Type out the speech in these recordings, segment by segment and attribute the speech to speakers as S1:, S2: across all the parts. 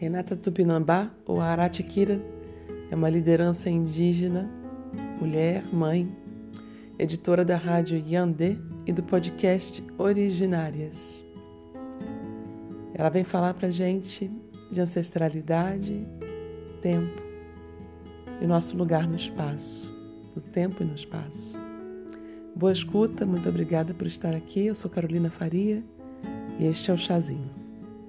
S1: Renata Tupinambá, ou Arati Kira, é uma liderança indígena, mulher, mãe, editora da rádio Yandé e do podcast Originárias. Ela vem falar pra gente de ancestralidade, tempo e nosso lugar no espaço, no tempo e no espaço. Boa escuta, muito obrigada por estar aqui. Eu sou Carolina Faria e este é o Chazinho.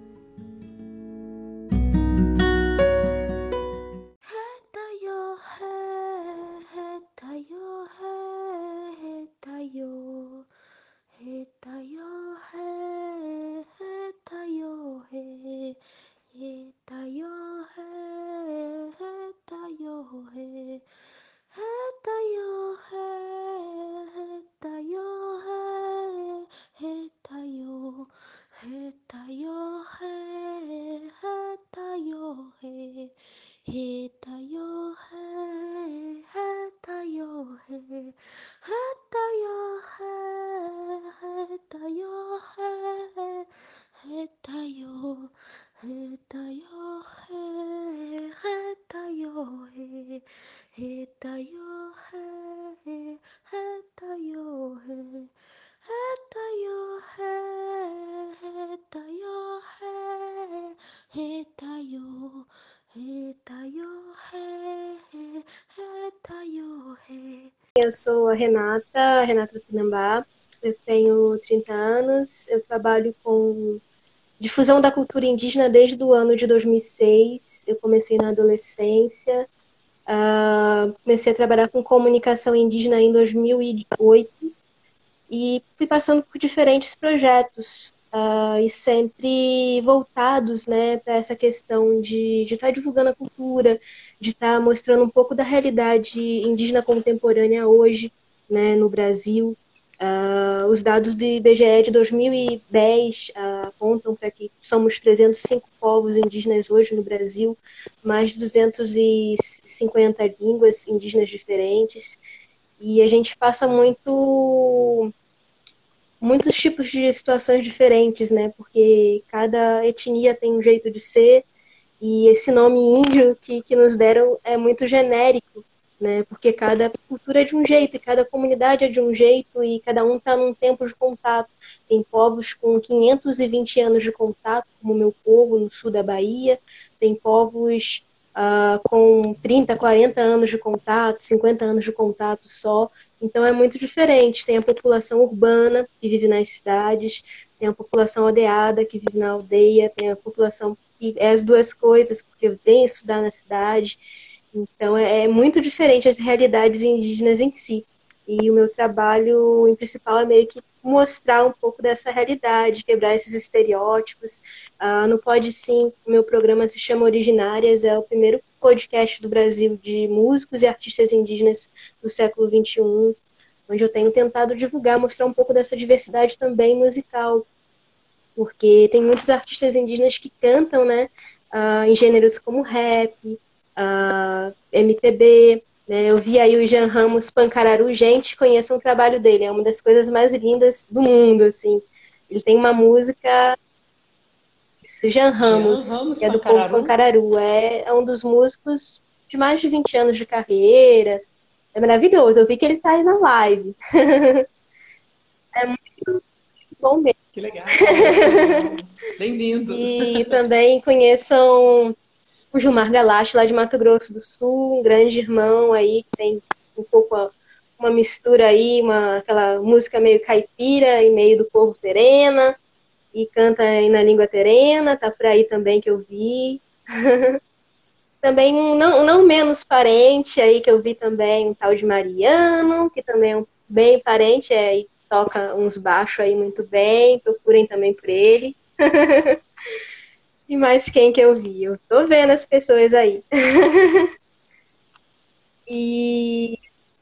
S2: Eu sou a Renata Tupinambá, eu tenho 30 anos, eu trabalho com difusão da cultura indígena desde o ano de 2006, eu comecei na adolescência, comecei a trabalhar com comunicação indígena em 2008 e fui passando por diferentes projetos e sempre voltados, né, para essa questão de estar divulgando a cultura, de estar mostrando um pouco da realidade indígena contemporânea hoje, né, no Brasil. Os dados do IBGE de 2010 apontam para que somos 305 povos indígenas hoje no Brasil, mais de 250 línguas indígenas diferentes, e a gente passa muitos tipos de situações diferentes, né? Porque cada etnia tem um jeito de ser, e esse nome índio que nos deram é muito genérico, né? Porque cada cultura é de um jeito, e cada comunidade é de um jeito, e cada um está num tempo de contato. Tem povos com 520 anos de contato, como o meu povo, no sul da Bahia. Tem povos com 30, 40 anos de contato, 50 anos de contato só. Então é muito diferente. Tem a população urbana, que vive nas cidades, tem a população aldeada, que vive na aldeia, tem a população que é as duas coisas, porque vem estudar na cidade. Então é muito diferente as realidades indígenas em si. E o meu trabalho em principal é meio que mostrar um pouco dessa realidade, quebrar esses estereótipos. No Pode Sim, o meu programa se chama Originárias, é o primeiro podcast do Brasil de músicos e artistas indígenas do século XXI, onde eu tenho tentado divulgar, mostrar um pouco dessa diversidade também musical, porque tem muitos artistas indígenas que cantam, né, em gêneros como rap, MPB, né? Eu vi aí o Jean Ramos Pancararu, gente, conheçam o trabalho dele, é uma das coisas mais lindas do mundo, assim. Ele tem uma música, Jean Ramos, que é do povo Pancararu, é um dos músicos de mais de 20 anos de carreira, é maravilhoso, eu vi que ele tá aí na live. É muito bom mesmo.
S1: Que legal! Bem-vindo!
S2: E também conheçam o Gilmar Galache, lá de Mato Grosso do Sul, um grande irmão aí, que tem um pouco uma mistura aí, aquela música meio caipira e meio do povo terena, e canta aí na língua terena, tá por aí também que eu vi. Também um não menos parente aí que eu vi também, um tal de Mariano, que também é um bem parente, e toca uns baixos aí muito bem, procurem também por ele. E mais quem que eu vi? Eu tô vendo as pessoas aí. E...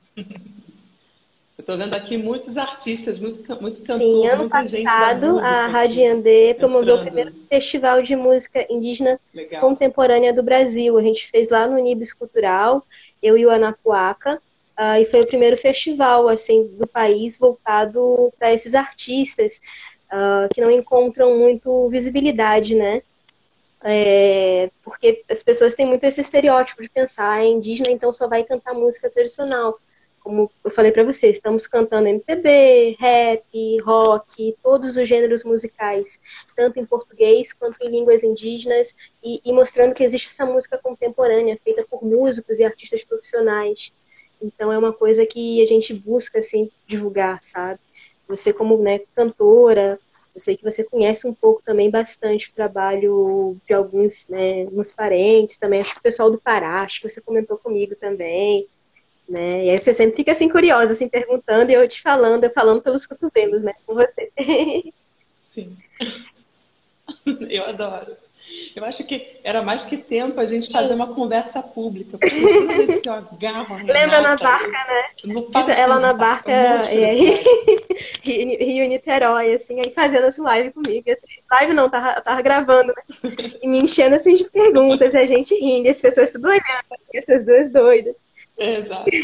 S1: Eu tô vendo aqui muitos artistas, muito cantor,
S2: Sim, ano
S1: muita gente da
S2: passado
S1: música
S2: a Rádio
S1: aqui
S2: Yandé promoveu o primeiro
S1: entrando.
S2: festival de música indígena
S1: Legal.
S2: contemporânea do Brasil. A gente fez lá no Nibis Cultural, eu e o Anapuaca, e foi o primeiro festival assim do país voltado para esses artistas que não encontram muito visibilidade, né? Porque as pessoas têm muito esse estereótipo de pensar indígena, então só vai cantar música tradicional. Como eu falei para você, estamos cantando MPB, rap, rock, todos os gêneros musicais, tanto em português quanto em línguas indígenas, e mostrando que existe essa música contemporânea, feita por músicos e artistas profissionais. Então é uma coisa que a gente busca assim, divulgar, sabe? Você como, né, cantora, eu sei que você conhece um pouco também bastante o trabalho de alguns, né, uns parentes também, acho que o pessoal do Pará, acho que você comentou comigo também, né? E aí você sempre fica assim curiosa, assim, perguntando, e eu falando pelos
S1: Sim,
S2: cotovelos, né, com você.
S1: sim. Eu adoro. Eu acho que era mais que tempo a gente fazer
S2: Sim.
S1: uma conversa pública, porque toda vez que eu agarro a
S2: Lembra na
S1: Renata,
S2: barca, né?
S1: eu não
S2: Diz
S1: paro de
S2: ela na
S1: perguntar.
S2: barca
S1: Eu morro de curiosidade.
S2: Rio Niterói, assim, aí fazendo essa live comigo. Assim, live não, tava gravando, né? E me enchendo assim de perguntas, e a gente rindo, e as pessoas tudo olhando, essas duas doidas.
S1: Exato.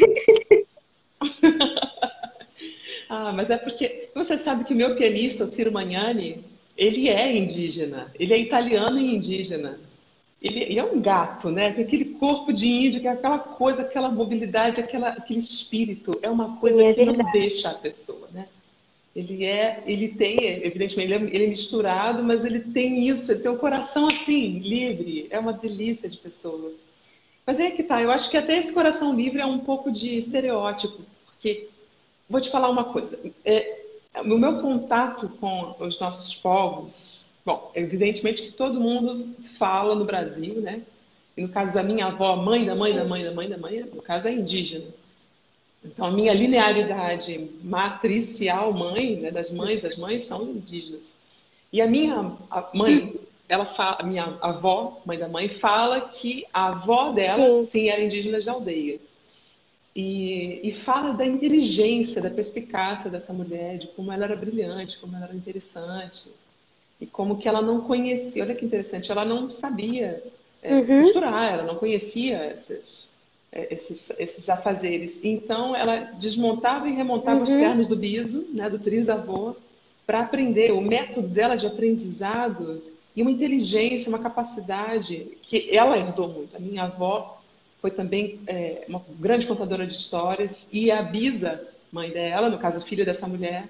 S1: Ah, mas é porque você sabe que o meu pianista, o Ciro Magnani, ele é indígena. Ele é italiano e indígena. Ele é um gato, né? Tem aquele corpo de índio, que é aquela coisa, aquela mobilidade, aquele espírito. É uma
S2: Sim,
S1: coisa
S2: é
S1: que não
S2: verdade.
S1: deixa a pessoa, né? Ele tem, evidentemente, ele é misturado, mas ele tem isso, ele tem o coração assim, livre. É uma delícia de pessoa. Mas é que tá, eu acho que até esse coração livre é um pouco de estereótipo, porque vou te falar uma coisa. O meu contato com os nossos povos, bom, evidentemente que todo mundo fala no Brasil, né? E no caso da minha avó, mãe da mãe da mãe da mãe da mãe, no caso é indígena. Então a minha linearidade matricial, mãe, né, das mães, as mães são indígenas. E a minha mãe, ela fala, a minha avó, mãe da mãe, fala que a avó dela,
S2: Sim.
S1: sim, era indígena de aldeia. E fala da inteligência, da perspicácia dessa mulher, de como ela era brilhante, como ela era interessante, e como que ela não conhecia, olha que interessante, ela não sabia
S2: Uhum,
S1: costurar, ela não conhecia esses afazeres. Então, ela desmontava e remontava os
S2: uhum,
S1: ternos do biso, né, do trisavô, para aprender. O método dela de aprendizado e uma inteligência, uma capacidade que ela herdou muito. A minha avó foi também uma grande contadora de histórias e a bisa, mãe dela, no caso, filha dessa mulher,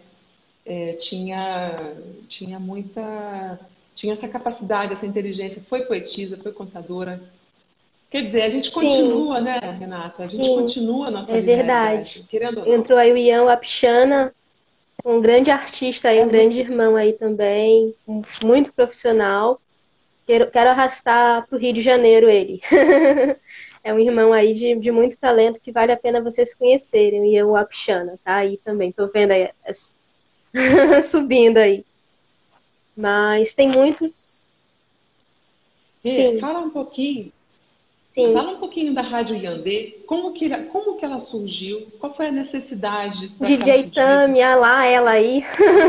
S1: tinha muita... Tinha essa capacidade, essa inteligência, foi poetisa, foi contadora, quer dizer, a gente
S2: sim,
S1: continua, né, Renata? A gente
S2: sim,
S1: continua a nossa
S2: é verdade.
S1: linearidade, querendo ou não.
S2: Entrou aí o Ian Wapchana, um grande artista aí,
S1: É
S2: um grande irmão aí também, muito profissional. Quero arrastar para o Rio de Janeiro ele. É um irmão aí de muito talento que vale a pena vocês conhecerem. O Ian Wapchana, tá aí também. Tô vendo aí subindo aí. Mas tem muitos. Sim,
S1: Fala um pouquinho,
S2: sim.
S1: fala um pouquinho da Rádio Yandê, como que ela surgiu, qual foi a necessidade para que ela
S2: DJ
S1: surgisse?
S2: Tami, ah lá, ela aí.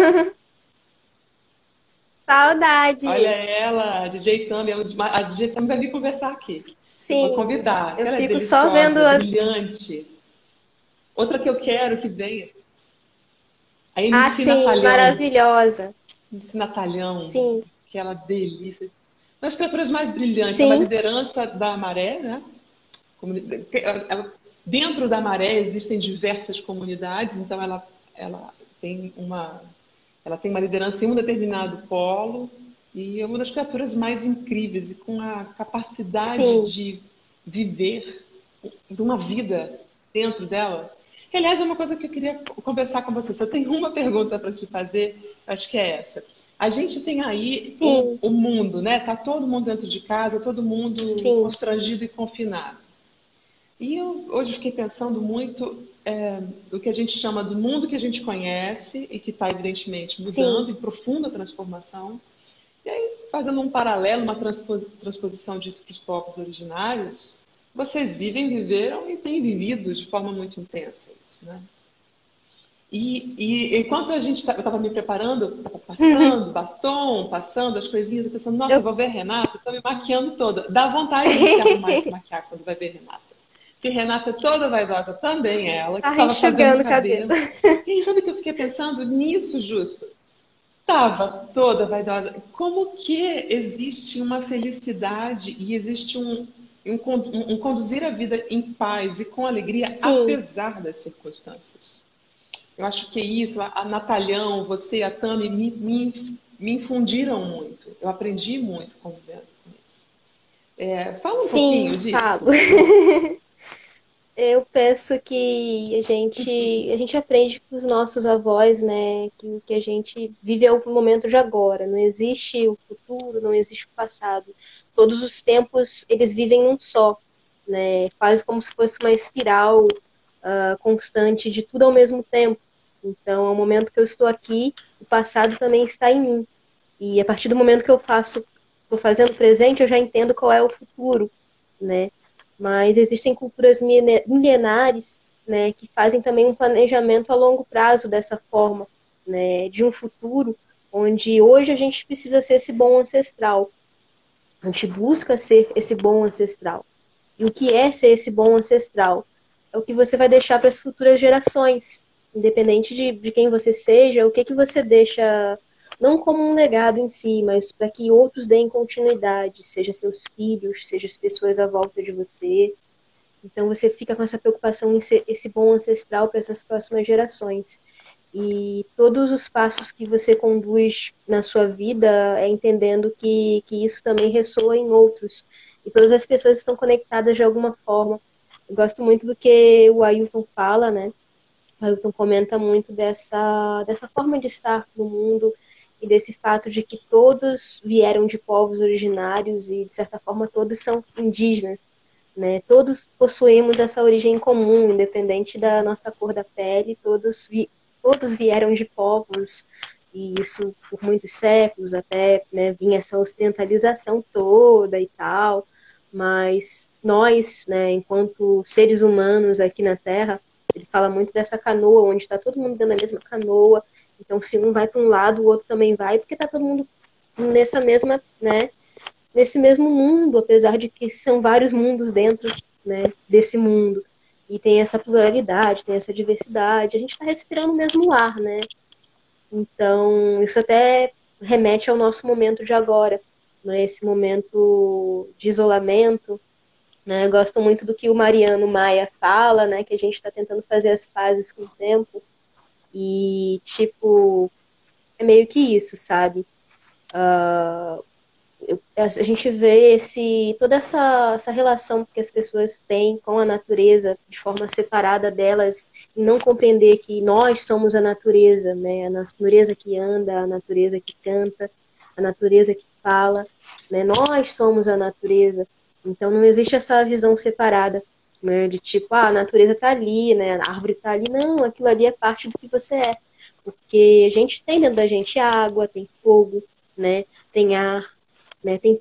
S1: Olha
S2: Saudade.
S1: ela, a DJ Thumb, a DJ Thumb vai vir conversar aqui. Eu vou
S2: Sim,
S1: convidar,
S2: eu
S1: ela é
S2: fico só vendo
S1: deliciosa,
S2: as.
S1: brilhante. Outra que eu quero que venha, a
S2: Ah,
S1: MC
S2: sim,
S1: Natalhão,
S2: MC
S1: Natalhão,
S2: Sim,
S1: aquela delícia. Uma das criaturas mais brilhantes, é uma
S2: sim,
S1: liderança da Maré, né? Dentro da Maré existem diversas comunidades, então ela tem uma, ela tem uma liderança em um determinado polo e é uma das criaturas mais incríveis e com a capacidade
S2: sim.
S1: de viver de uma vida dentro dela. Que, aliás, é uma coisa que eu queria conversar com você. Se eu tenho uma pergunta para te fazer, acho que é essa. A gente tem aí
S2: Sim,
S1: o mundo, né? Tá todo mundo dentro de casa, todo mundo
S2: sim,
S1: constrangido e confinado. E eu hoje fiquei pensando muito do que a gente chama do mundo que a gente conhece e que está evidentemente
S2: sim.
S1: mudando em profunda transformação. E aí, fazendo um paralelo, uma transposição disso para os povos originários, vocês viveram e têm vivido de forma muito intensa isso, né? E enquanto eu estava me preparando, estava passando batom, passando as coisinhas, eu pensando, nossa, eu
S2: Eu...
S1: vou ver a Renata, estou me maquiando toda. Dá vontade de se arrumar e se maquiar quando vai ver a Renata. Porque Renata é toda vaidosa também, ela, que
S2: Tava
S1: estava fazendo
S2: enxugando
S1: o
S2: o cabelo.
S1: cabelo. E aí, sabe o que eu fiquei pensando? Nisso, justo. Tava toda vaidosa. Como que existe uma felicidade e existe um conduzir a vida em paz e com alegria,
S2: Sim,
S1: apesar das circunstâncias? Eu acho que é isso. A Natalhão, você e a Tami me infundiram muito. Eu aprendi muito convivendo com isso. Fala um
S2: sim,
S1: pouquinho disso,
S2: falo.
S1: por favor.
S2: Eu penso que a gente aprende com os nossos avós, né, que a gente vive o momento de agora. Não existe o futuro, não existe o passado. Todos os tempos eles vivem um só, né? Quase como se fosse uma espiral constante de tudo ao mesmo tempo. Então, ao momento que eu estou aqui, o passado também está em mim. E a partir do momento que estou fazendo o presente, eu já entendo qual é o futuro, né? Mas existem culturas milenares, né, que fazem também um planejamento a longo prazo dessa forma, né, de um futuro onde hoje a gente precisa ser esse bom ancestral. A gente busca ser esse bom ancestral. E o que é ser esse bom ancestral? É o que você vai deixar para as futuras gerações. Independente de quem você seja, o que você deixa, não como um legado em si, mas para que outros deem continuidade, seja seus filhos, seja as pessoas à volta de você. Então você fica com essa preocupação em ser esse bom ancestral para essas próximas gerações. E todos os passos que você conduz na sua vida é entendendo que isso também ressoa em outros. E todas as pessoas estão conectadas de alguma forma. Eu gosto muito do que o Ailton fala, né? O Ailton comenta muito dessa forma de estar no mundo e desse fato de que todos vieram de povos originários e, de certa forma, todos são indígenas. Né? Todos possuímos essa origem comum, independente da nossa cor da pele, todos vieram de povos, e isso por muitos séculos até, né, vinha essa ocidentalização toda e tal, mas nós, né, enquanto seres humanos aqui na Terra, ele fala muito dessa canoa, onde está todo mundo dentro da mesma canoa, então se um vai para um lado, o outro também vai, porque está todo mundo nessa mesma, né, nesse mesmo mundo, apesar de que são vários mundos dentro, né, desse mundo. E tem essa pluralidade, tem essa diversidade. A gente está respirando o mesmo ar, né? Então, isso até remete ao nosso momento de agora, né? Esse momento de isolamento, né? Eu gosto muito do que o Mariano Maia fala, né? Que a gente está tentando fazer as pazes com o tempo. E, tipo, é meio que isso, sabe? A gente vê toda essa relação que as pessoas têm com a natureza de forma separada delas e não compreender que nós somos a natureza, né? A natureza que anda, a natureza que canta, a natureza que fala, né? Nós somos a natureza. Então não existe essa visão separada, né? De tipo, a natureza está ali, né? A árvore está ali. Não, aquilo ali é parte do que você é. Porque a gente tem dentro da gente água, tem fogo, né? Tem ar, né? Tem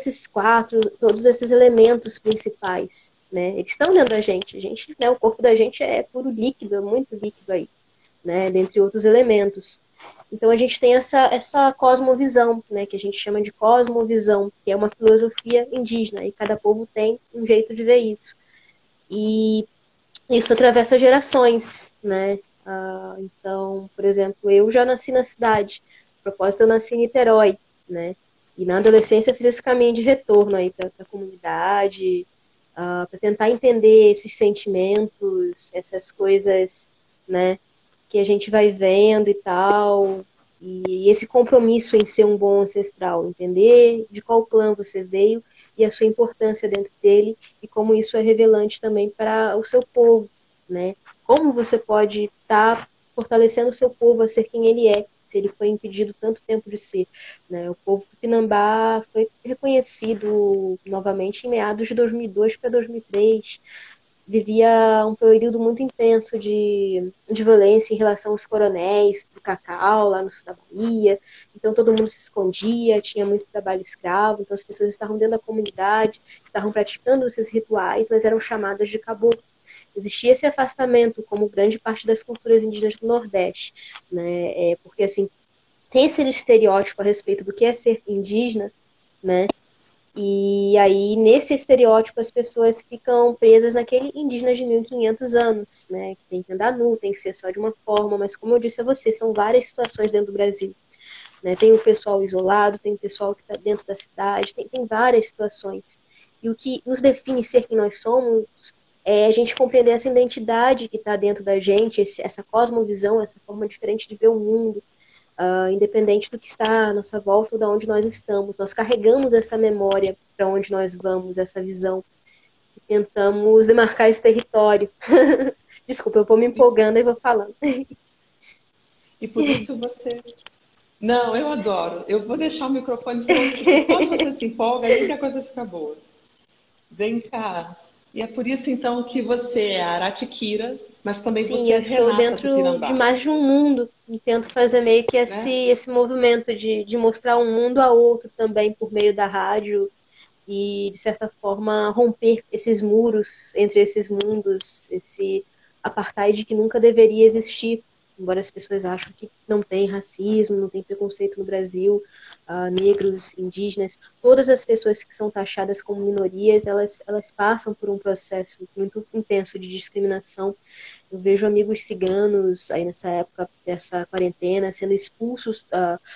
S2: todos esses elementos principais, né? Eles estão dentro da gente. A gente, né? O corpo da gente é puro líquido, é muito líquido aí, né? Dentre outros elementos. Então a gente tem essa cosmovisão, né? Que a gente chama de cosmovisão, que é uma filosofia indígena, e cada povo tem um jeito de ver isso. E isso atravessa gerações, né? Então, por exemplo, eu já nasci na cidade. A propósito, eu nasci em Niterói, né? E na adolescência eu fiz esse caminho de retorno aí para a comunidade, para tentar entender esses sentimentos, essas coisas, né, que a gente vai vendo e tal, e esse compromisso em ser um bom ancestral, entender de qual clã você veio e a sua importância dentro dele e como isso é revelante também para o seu povo, né? Como você pode estar fortalecendo o seu povo a ser quem ele é, se ele foi impedido tanto tempo de ser, né? O povo tupinambá foi reconhecido novamente em meados de 2002 para 2003. Vivia um período muito intenso de violência em relação aos coronéis do cacau, lá no sul da Bahia. Então todo mundo se escondia, tinha muito trabalho escravo, então as pessoas estavam dentro da comunidade, estavam praticando esses rituais, mas eram chamadas de caboclo. Existia esse afastamento, como grande parte das culturas indígenas do Nordeste, né? Porque assim, tem esse estereótipo a respeito do que é ser indígena, né? E aí, nesse estereótipo, as pessoas ficam presas naquele indígena de 1500 anos, né? Que tem que andar nu, tem que ser só de uma forma, mas como eu disse a você, são várias situações dentro do Brasil. né? Tem o pessoal isolado, tem o pessoal que está dentro da cidade, tem várias situações. E o que nos define ser quem nós somos é a gente compreender essa identidade que está dentro da gente, essa cosmovisão, essa forma diferente de ver o mundo, independente do que está à nossa volta ou de onde nós estamos. Nós carregamos essa memória para onde nós vamos, essa visão, e tentamos demarcar esse território. Desculpa, eu vou me empolgando e vou falando.
S3: E por isso você... Não, eu adoro. Eu vou deixar o microfone solto, porque quando você se empolga, aí que a coisa fica boa. Vem cá. E é por isso, então, que você é a Arati Kira, mas também
S2: Sim,
S3: você é
S2: eu estou
S3: Renata
S2: dentro
S3: Tupinambá.
S2: de mais de um mundo e tento fazer meio que esse movimento de mostrar um mundo a outro também por meio da rádio e, de certa forma, romper esses muros entre esses mundos, esse apartheid que nunca deveria existir, embora as pessoas achem que não tem racismo, não tem preconceito no Brasil, negros, indígenas, todas as pessoas que são taxadas como minorias, elas passam por um processo muito intenso de discriminação. Eu vejo amigos ciganos aí nessa época dessa quarentena sendo expulsos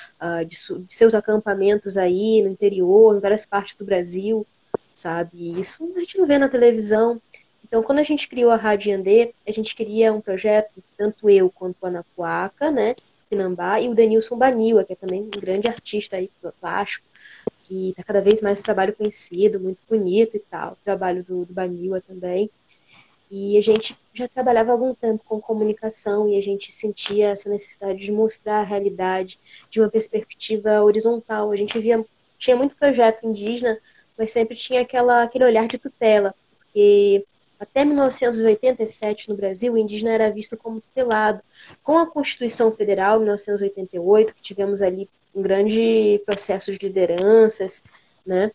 S2: de seus acampamentos aí no interior, em várias partes do Brasil, sabe? E isso a gente não vê na televisão. Então, quando a gente criou a Rádio Yandê, a gente queria um projeto, tanto eu quanto a Anapuaca, né, Pinambá, e o Denilson Baniwa, que é também um grande artista aí plástico, que está cada vez mais trabalho conhecido, muito bonito e tal, o trabalho do Baniwa também. E a gente já trabalhava há algum tempo com comunicação e a gente sentia essa necessidade de mostrar a realidade de uma perspectiva horizontal. A gente tinha muito projeto indígena, mas sempre tinha aquele olhar de tutela, porque até 1987 no Brasil o indígena era visto como tutelado. Com a Constituição Federal, em 1988, que tivemos ali um grande processo de lideranças, né?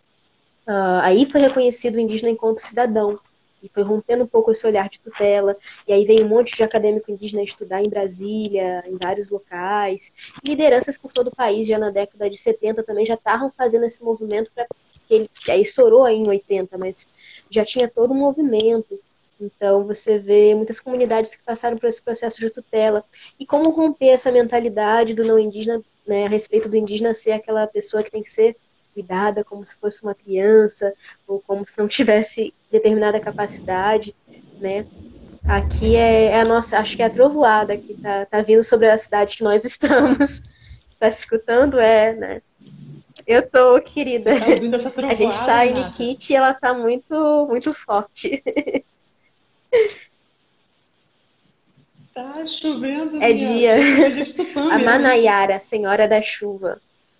S2: Aí foi reconhecido o indígena enquanto cidadão. E foi rompendo um pouco esse olhar de tutela. E aí veio um monte de acadêmico indígena estudar em Brasília, em vários locais. E lideranças por todo o país, já na década de 70, também já estavam fazendo esse movimento, que aí estourou aí em 80, mas já tinha todo um movimento. Então você vê muitas comunidades que passaram por esse processo de tutela. E como romper essa mentalidade do não indígena, né, a respeito do indígena ser aquela pessoa que tem que ser cuidada como se fosse uma criança, ou como se não tivesse determinada capacidade, né? Aqui é a nossa, acho que é a trovoada que tá vindo sobre a cidade que nós estamos. Tá se escutando? Né? Eu tô, querida.
S3: Você tá ouvindo essa trovoada,
S2: a gente tá em
S3: Renata?
S2: Nikit e ela tá muito, muito forte.
S3: Tá chovendo,
S2: É
S3: minha.
S2: dia.
S3: É dia de Tupã
S2: A
S3: mesmo, hein?
S2: Manayara, Senhora da Chuva.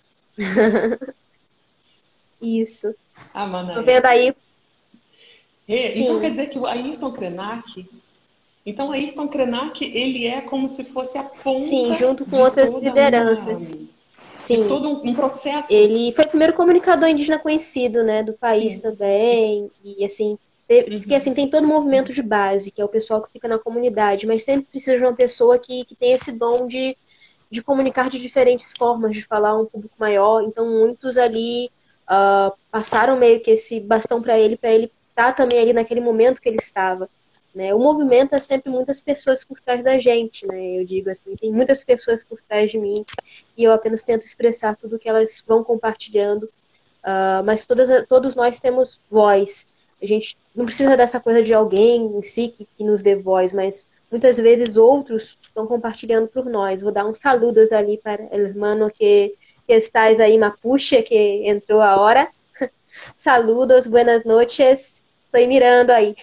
S2: Isso.
S3: Ah,
S2: Tô
S3: Manaia.
S2: vendo aí.
S3: Então quer
S2: Sim.
S3: dizer que o Ayrton Krenak... Então, Ayrton Krenak, ele é como se fosse a
S2: Sim,
S3: ponta
S2: junto com
S3: de
S2: outras
S3: toda uma...
S2: lideranças.
S3: de
S2: Sim.
S3: todo um processo.
S2: Ele foi o primeiro comunicador indígena conhecido, né, do país
S3: Sim.
S2: também. E assim, porque assim, tem todo um movimento de base, que é o pessoal que fica na comunidade, mas sempre precisa de uma pessoa que tem esse dom de comunicar de diferentes formas, de falar a um público maior. Então, muitos ali passaram meio que esse bastão para ele estar também ali naquele momento que ele estava. Né? O movimento é sempre muitas pessoas por trás da gente, né? Eu digo assim, tem muitas pessoas por trás de mim e eu apenas tento expressar tudo que elas vão compartilhando. Mas todos nós temos voz. A gente não precisa dessa coisa de alguém em si que nos dê voz, mas muitas vezes outros estão compartilhando por nós. Vou dar uns saludos ali para o hermano que estás aí, Mapuche, que entrou a hora. Saludos, buenas noches. Estou mirando aí.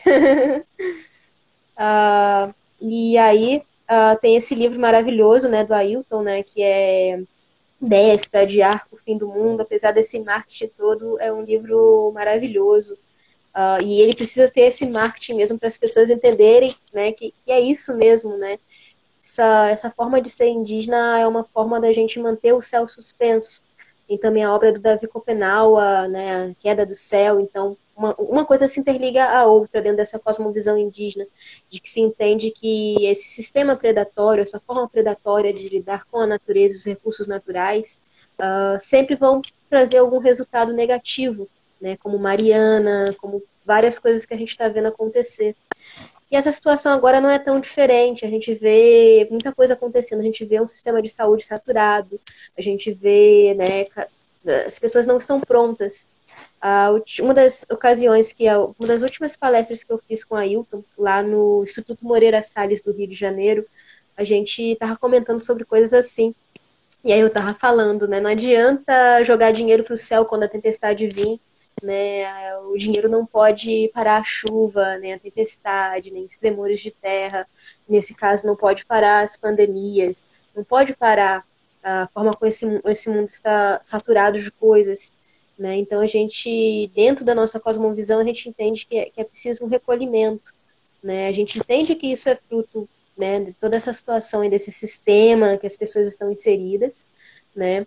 S2: E aí tem esse livro maravilhoso, né, do Ailton, né, que é 10 para adiar o fim do mundo. Apesar desse marketing todo, é um livro maravilhoso. E ele precisa ter esse marketing mesmo para as pessoas entenderem, né, que é isso mesmo, né? Essa forma de ser indígena é uma forma da gente manter o céu suspenso. Tem também a obra do Davi Copenaua, né, a Queda do Céu. Então, uma coisa se interliga à outra dentro dessa cosmovisão indígena, de que se entende que esse sistema predatório, essa forma predatória de lidar com a natureza e os recursos naturais, sempre vão trazer algum resultado negativo, né, como Mariana, como várias coisas que a gente está vendo acontecer. E essa situação agora não é tão diferente. A gente vê muita coisa acontecendo. A gente vê um sistema de saúde saturado. A gente vê, né, as pessoas não estão prontas. Uma das ocasiões uma das últimas palestras que eu fiz com a Ailton, lá no Instituto Moreira Salles do Rio de Janeiro, a gente estava comentando sobre coisas assim. E aí eu estava falando, né, não adianta jogar dinheiro para o céu quando a tempestade vir, né? O dinheiro não pode parar a chuva, nem a tempestade, nem os tremores de terra. Nesse caso, não pode parar as pandemias, não pode parar a forma como esse mundo está saturado de coisas, né? Então, a gente, dentro da nossa cosmovisão, a gente entende que é preciso um recolhimento, né? A gente entende que isso é fruto, né, de toda essa situação e desse sistema que as pessoas estão inseridas, né?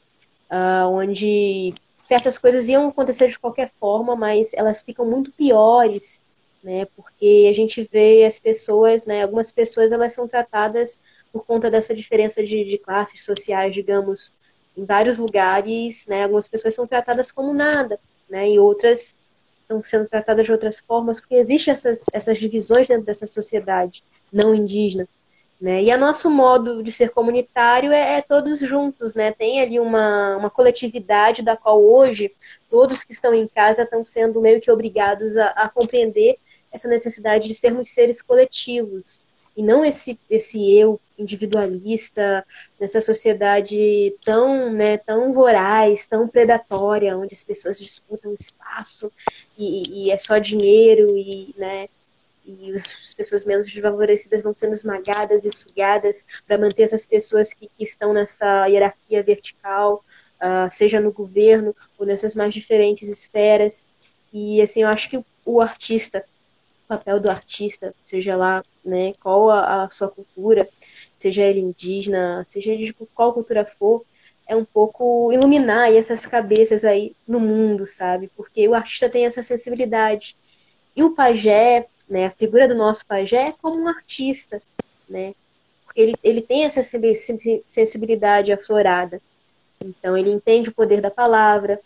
S2: Onde certas coisas iam acontecer de qualquer forma, mas elas ficam muito piores, né? Porque a gente vê as pessoas, né? Algumas pessoas elas são tratadas por conta dessa diferença de classes sociais, digamos, em vários lugares, né? Algumas pessoas são tratadas como nada, né? E outras estão sendo tratadas de outras formas, porque existem essas divisões dentro dessa sociedade não indígena, né? E o nosso modo de ser comunitário é todos juntos, né? Tem ali uma coletividade da qual hoje todos que estão em casa estão sendo meio que obrigados a compreender essa necessidade de sermos seres coletivos e não esse eu individualista nessa sociedade tão, né, tão voraz, tão predatória, onde as pessoas disputam espaço e é só dinheiro e, né, e as pessoas menos desfavorecidas vão sendo esmagadas e sugadas para manter essas pessoas que estão nessa hierarquia vertical, seja no governo ou nessas mais diferentes esferas. E assim, eu acho que o artista, o papel do artista, seja lá, né, qual a sua cultura, seja ele indígena, seja ele de qual cultura for, é um pouco iluminar aí essas cabeças aí no mundo, sabe? Porque o artista tem essa sensibilidade. E o pajé, né, a figura do nosso pajé é como um artista, né? Porque ele tem essa sensibilidade aflorada. Então, ele entende o poder da palavra,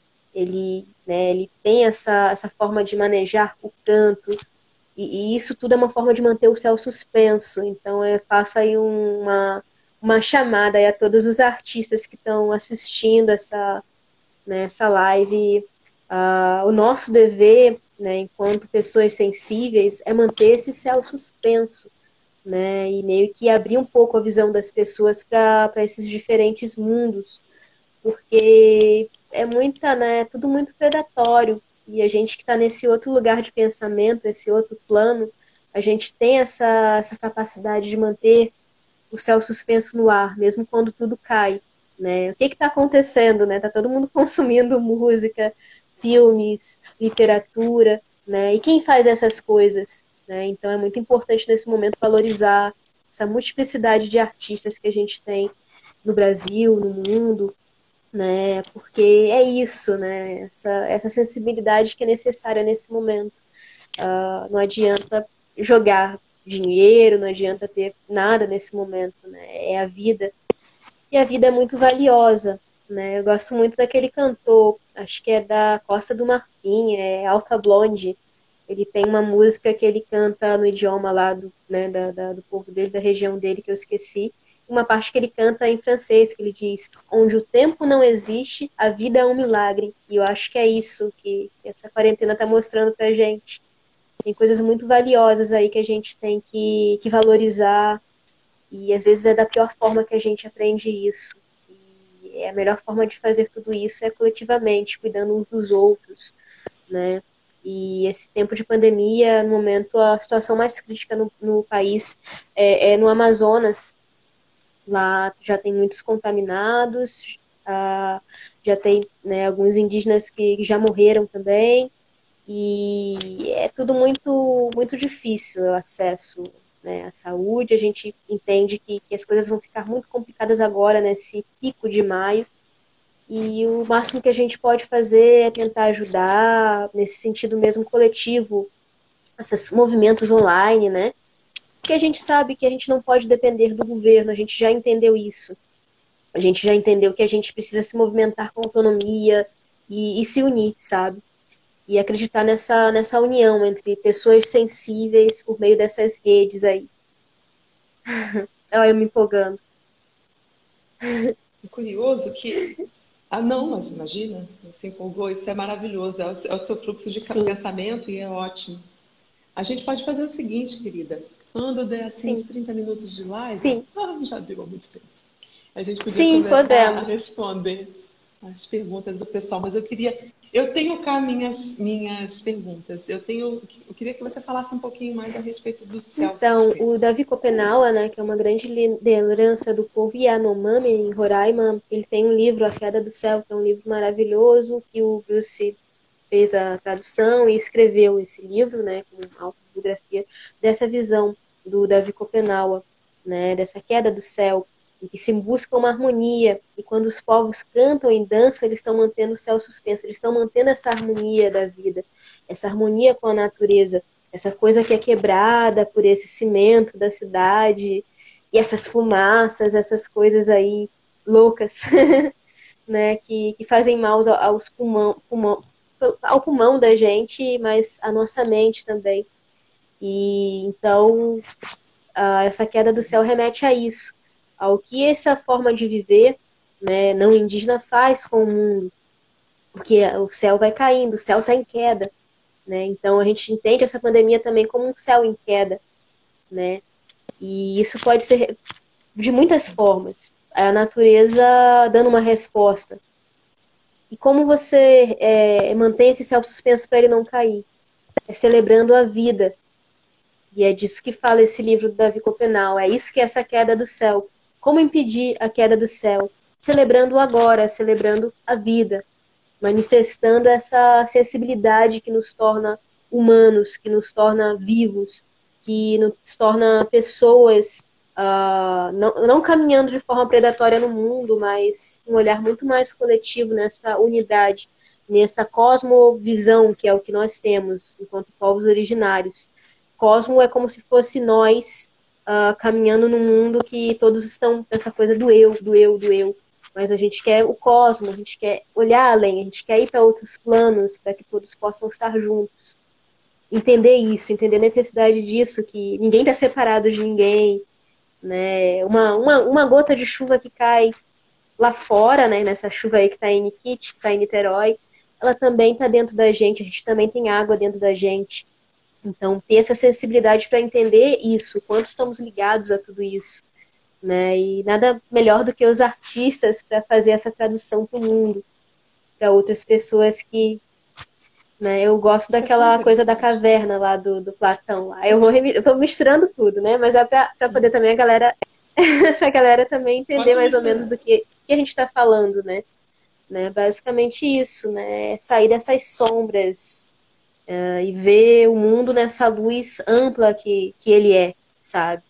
S2: né, ele tem essa forma de manejar o canto, e isso tudo é uma forma de manter o céu suspenso. Então, eu faço aí uma chamada aí a todos os artistas que estão assistindo né, essa live. O nosso dever, né, enquanto pessoas sensíveis, é manter esse céu suspenso, né, e meio que abrir um pouco a visão das pessoas para esses diferentes mundos, porque é muita, né, tudo muito predatório, e a gente que está nesse outro lugar de pensamento, esse outro plano, a gente tem essa capacidade de manter o céu suspenso no ar, mesmo quando tudo cai, né? O que está acontecendo, né? Tá todo mundo consumindo música, filmes, literatura, né? E quem faz essas coisas, né? Então é muito importante nesse momento valorizar essa multiplicidade de artistas que a gente tem no Brasil, no mundo, né? Porque é isso, né? Essa sensibilidade que é necessária nesse momento. Não adianta jogar dinheiro, não adianta ter nada nesse momento, né? É a vida. E a vida é muito valiosa, né? Eu gosto muito daquele cantor, acho que é da Costa do Marfim, é Alpha Blondy. Ele tem uma música que ele canta no idioma lá né, do povo dele, da região dele, que eu esqueci. Uma parte que ele canta em francês, que ele diz: onde o tempo não existe, a vida é um milagre. E eu acho que é isso que essa quarentena está mostrando pra gente. Tem coisas muito valiosas aí que a gente tem que valorizar, e às vezes é da pior forma que a gente aprende isso. E a melhor forma de fazer tudo isso é coletivamente, cuidando uns dos outros, né? E esse tempo de pandemia, no momento, a situação mais crítica no país é no Amazonas. Lá já tem muitos contaminados, já tem, né, alguns indígenas que já morreram também, e é tudo muito, muito difícil o acesso, né, à saúde. A gente entende que as coisas vão ficar muito complicadas agora, nesse pico de maio, e o máximo que a gente pode fazer é tentar ajudar, nesse sentido mesmo coletivo, esses movimentos online, né? Porque a gente sabe que a gente não pode depender do governo, a gente já entendeu isso. A gente já entendeu que a gente precisa se movimentar com autonomia e se unir, sabe? e acreditar nessa união entre pessoas sensíveis por meio dessas redes aí. Olha, eu me empolgando.
S3: É curioso que... Ah, não, mas imagina, você empolgou, isso é maravilhoso, é o seu fluxo de
S2: Sim,
S3: pensamento e é ótimo. A gente pode fazer o seguinte, querida, quando der assim uns
S2: sim,
S3: 30 minutos de live,
S2: sim,
S3: já deu há muito tempo, a gente podia
S2: sim,
S3: começar a
S2: podemos.
S3: responder as perguntas do pessoal, mas eu tenho cá minhas perguntas, eu queria que você falasse um pouquinho mais a respeito do céu
S2: Então, o
S3: suspenso.
S2: Davi
S3: É
S2: Copenaua,
S3: isso.
S2: né, que é uma grande liderança do povo Yanomami em Roraima, ele tem um livro, A Queda do Céu, que é um livro maravilhoso, que o Bruce fez a tradução e escreveu esse livro, né, com autobiografia dessa visão do Davi Copenaua, né, dessa queda do céu, em que se busca uma harmonia, e quando os povos cantam e dançam, eles estão mantendo o céu suspenso, eles estão mantendo essa harmonia da vida, essa harmonia com a natureza, essa coisa que é quebrada por esse cimento da cidade, e essas fumaças, essas coisas aí loucas, né, que fazem mal aos ao pulmão da gente, mas à nossa mente também. E então essa queda do céu remete a isso, ao que essa forma de viver, né, não indígena faz com o mundo, porque o céu vai caindo, o céu está em queda, né? Então a gente entende essa pandemia também como um céu em queda, né? E isso pode ser de muitas formas. A natureza dando uma resposta. E como você mantém esse céu suspenso para ele não cair? É celebrando a vida. E é disso que fala esse livro do Davi Copenau. É isso que é essa queda do céu. Como impedir a queda do céu? Celebrando o agora, celebrando a vida, manifestando essa sensibilidade que nos torna humanos, que nos torna vivos, que nos torna pessoas não caminhando de forma predatória no mundo, mas um olhar muito mais coletivo nessa unidade, nessa cosmovisão que é o que nós temos enquanto povos originários. Cosmo é como se fosse nós caminhando num mundo que todos estão nessa coisa do eu, do eu, do eu. Mas a gente quer o cosmo, a gente quer olhar além, a gente quer ir para outros planos para que todos possam estar juntos. Entender isso, entender a necessidade disso, que ninguém está separado de ninguém, né? Uma gota de chuva que cai lá fora, né? Nessa chuva aí que está em Nikit, que está em Niterói, ela também está dentro da gente, a gente também tem água dentro da gente. Então, ter essa sensibilidade para entender isso, quanto estamos ligados a tudo isso, né? E nada melhor do que os artistas para fazer essa tradução para o mundo, para outras pessoas que, né? Eu gosto
S3: Isso é tão
S2: daquela coisa da
S3: interessante.
S2: caverna lá do Platão. Lá. Eu vou misturando tudo, né? Mas é para poder também a galera, a galera também entender
S3: Pode
S2: mais ou menos
S3: misturar.
S2: do que a gente está falando, né? Basicamente isso, né? Sair dessas sombras e ver o mundo nessa luz ampla que ele é, sabe?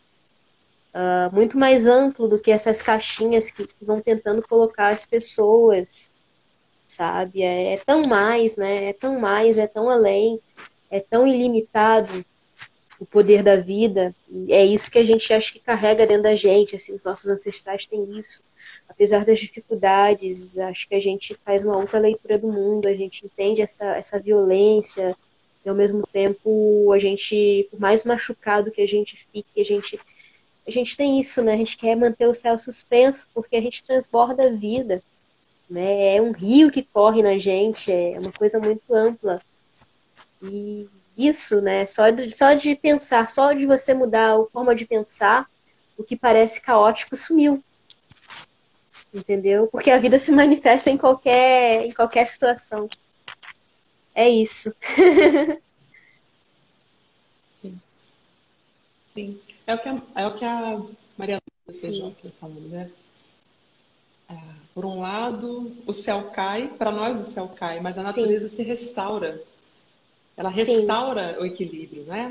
S2: Muito mais amplo do que essas caixinhas que vão tentando colocar as pessoas, sabe? É tão mais, né? É tão mais, é tão além, é tão ilimitado o poder da vida. É isso que a gente acha que carrega dentro da gente, assim, os nossos ancestrais têm isso. Apesar das dificuldades, acho que a gente faz uma outra leitura do mundo, a gente entende essa violência, e ao mesmo tempo a gente, por mais machucado que a gente fique, a gente tem isso, né? A gente quer manter o céu suspenso porque a gente transborda a vida, né? É um rio que corre na gente, é uma coisa muito ampla. E isso, né? Só de pensar, só de você mudar a forma de pensar, o que parece caótico sumiu, entendeu? Porque a vida se manifesta em qualquer situação. É isso.
S3: Sim, sim. É o que a Maria Lúcia
S2: Sim,
S3: CJ falou, né? Por um lado, o céu cai, para nós o céu cai, mas a
S2: sim,
S3: natureza se restaura. Ela
S2: sim.
S3: restaura o equilíbrio, né?